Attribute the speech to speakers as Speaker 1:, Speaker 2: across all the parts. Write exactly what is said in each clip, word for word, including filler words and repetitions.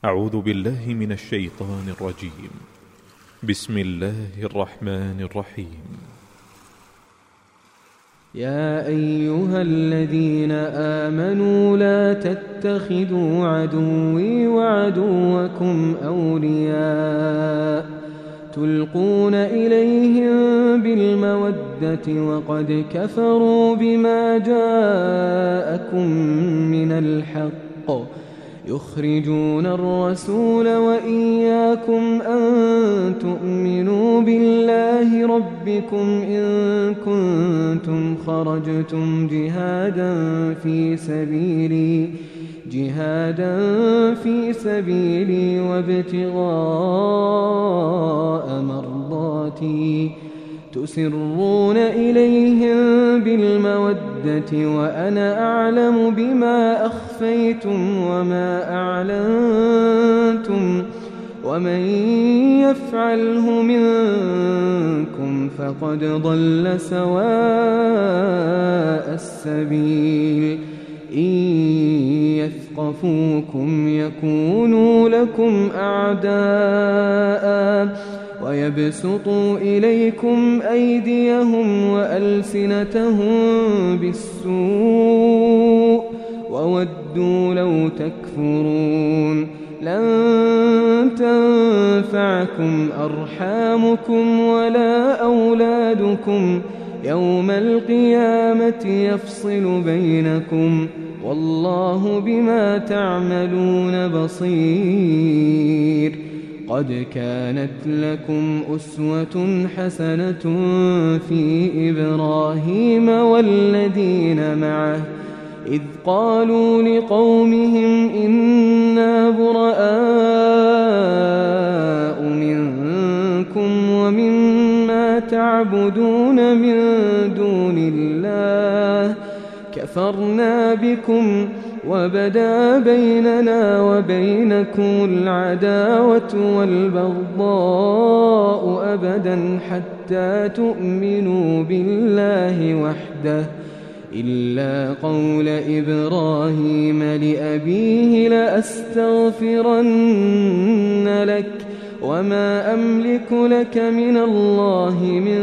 Speaker 1: أعوذ بالله من الشيطان الرجيم. بسم الله الرحمن الرحيم.
Speaker 2: يا أيها الذين آمنوا لا تتخذوا عدوي وعدوكم أولياء تلقون إليهم بالمودة وقد كفروا بما جاءكم من الحق يخرجون الرسول وإياكم أن تؤمنوا بالله ربكم إن كنتم خرجتم جهادا في سبيلي جهادا في سبيلي وابتغاء مرضاتي تسرون إليهم بالمودة وأنا أعلم بما أخفيتم وما أعلنتم ومن يفعله منكم فقد ضل سواء السبيل إن يثقفوكم يكونوا لكم أعداء ويبسطوا إليكم أيديهم وألسنتهم بالسوء وودوا لو تكفرون لن تنفعكم أرحامكم ولا أولادكم يوم القيامة يفصل بينكم والله بما تعملون بصير. قد كانت لكم أسوة حسنة في إبراهيم والذين معه إذ قالوا لقومهم إنا براء منكم ومما تعبدون من دون الله كفرنا بكم وبدا بيننا وبينكم العداوة والبغضاء أبدا حتى تؤمنوا بالله وحده إلا قول إبراهيم لأبيه لأستغفرن لك وما أملك لك من الله من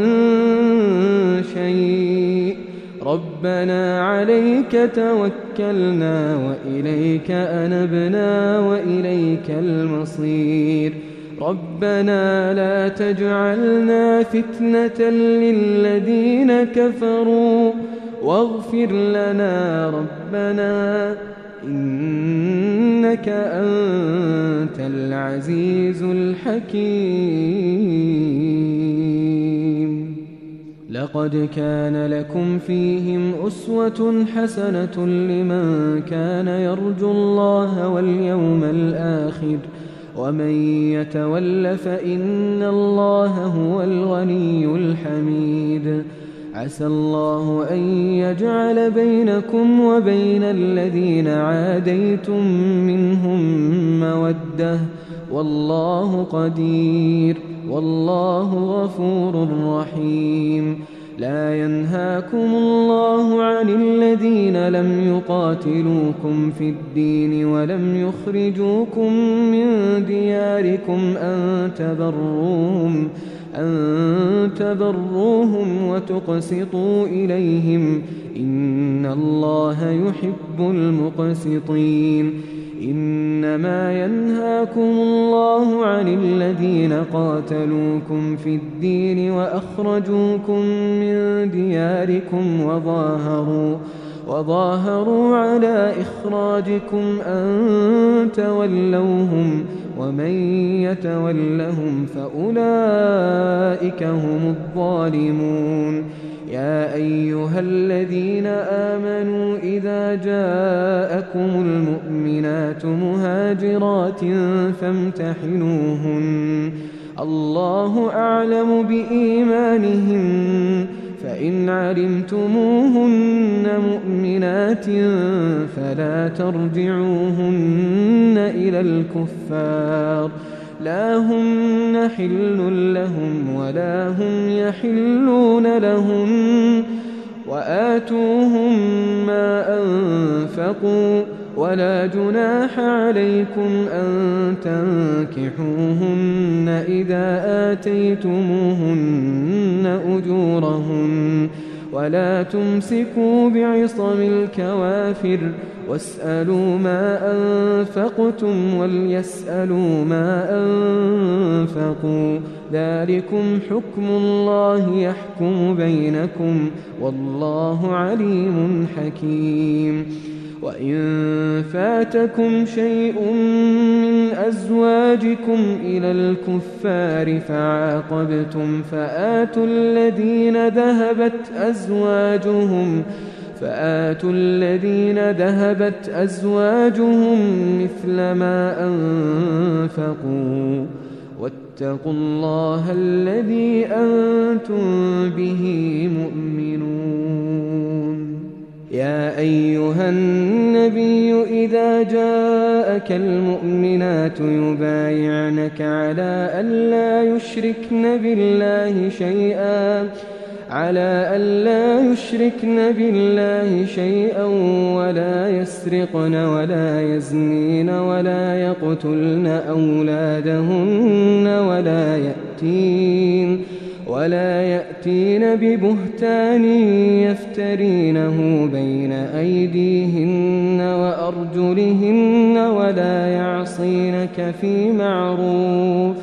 Speaker 2: شيء ربنا عليك توكلنا وإليك أنبنا وإليك المصير ربنا لا تجعلنا فتنة للذين كفروا واغفر لنا ربنا إنك أنت العزيز الحكيم. لقد كان لكم فيهم أسوة حسنة لمن كان يرجو الله واليوم الآخر ومن يتول فإن الله هو الغني الحميد. عسى الله أن يجعل بينكم وبين الذين عاديتم منهم مودة والله قدير والله غفور رحيم. لا ينهاكم الله عن الذين لم يقاتلوكم في الدين ولم يخرجوكم من دياركم أن تبروهم أن تبروهم وتقسطوا إليهم إن الله يحب المقسطين. إنما ينهاكم الله عن الذين قاتلوكم في الدين وأخرجوكم من دياركم وظاهروا وظاهروا على إخراجكم أن تولوهم ومن يتولهم فأولئك هم الظالمون. يا أيها الذين آمنوا إذا جاءكم المؤمنات مهاجرات فامتحنوهن الله أعلم بإيمانهن فإن علمتموهن مؤمنات فلا ترجعوهن إلى الكفار لا هن حل لهم ولا هم يحلون لهم وآتوهم ما أنفقوا ولا جناح عليكم أن تنكحوهن إذا آتيتموهن أجورهن ولا تمسكوا بعصم الكوافر واسألوا ما أنفقتم وليسألوا ما أنفقوا ذلكم حكم الله يحكم بينكم والله عليم حكيم. وإن فاتكم شيء من أزواجكم إلى الكفار فعاقبتم فآتوا الذين ذهبت أزواجهم فآتوا الذين ذهبت أزواجهم مثل ما أنفقوا واتقوا الله الذي أنتم به مؤمنون. يا أيها النبي إذا جاءك المؤمنات يبايعنك على ألا يشركن بالله شيئا على ألا يشركن بالله شيئا ولا يسرقن ولا يزنين ولا يقتلن أولادهن ولا يأتين ولا يأتين ببهتان يفترينه بين أيديهن وأرجلهن ولا يعصينك في معروف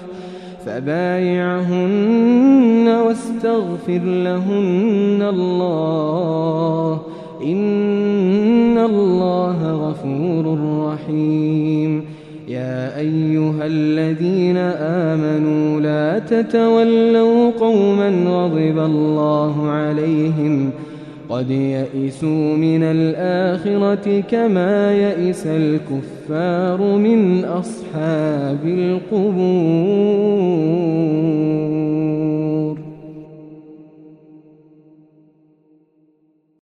Speaker 2: فبايعهن واستغفر لهن الله إن الله غفور رحيم. يا أيها الذين آمنوا لا تتولوا قوما غضب الله عليهم قد يئسوا من الآخرة كما يئس الكفار من أصحاب القبور.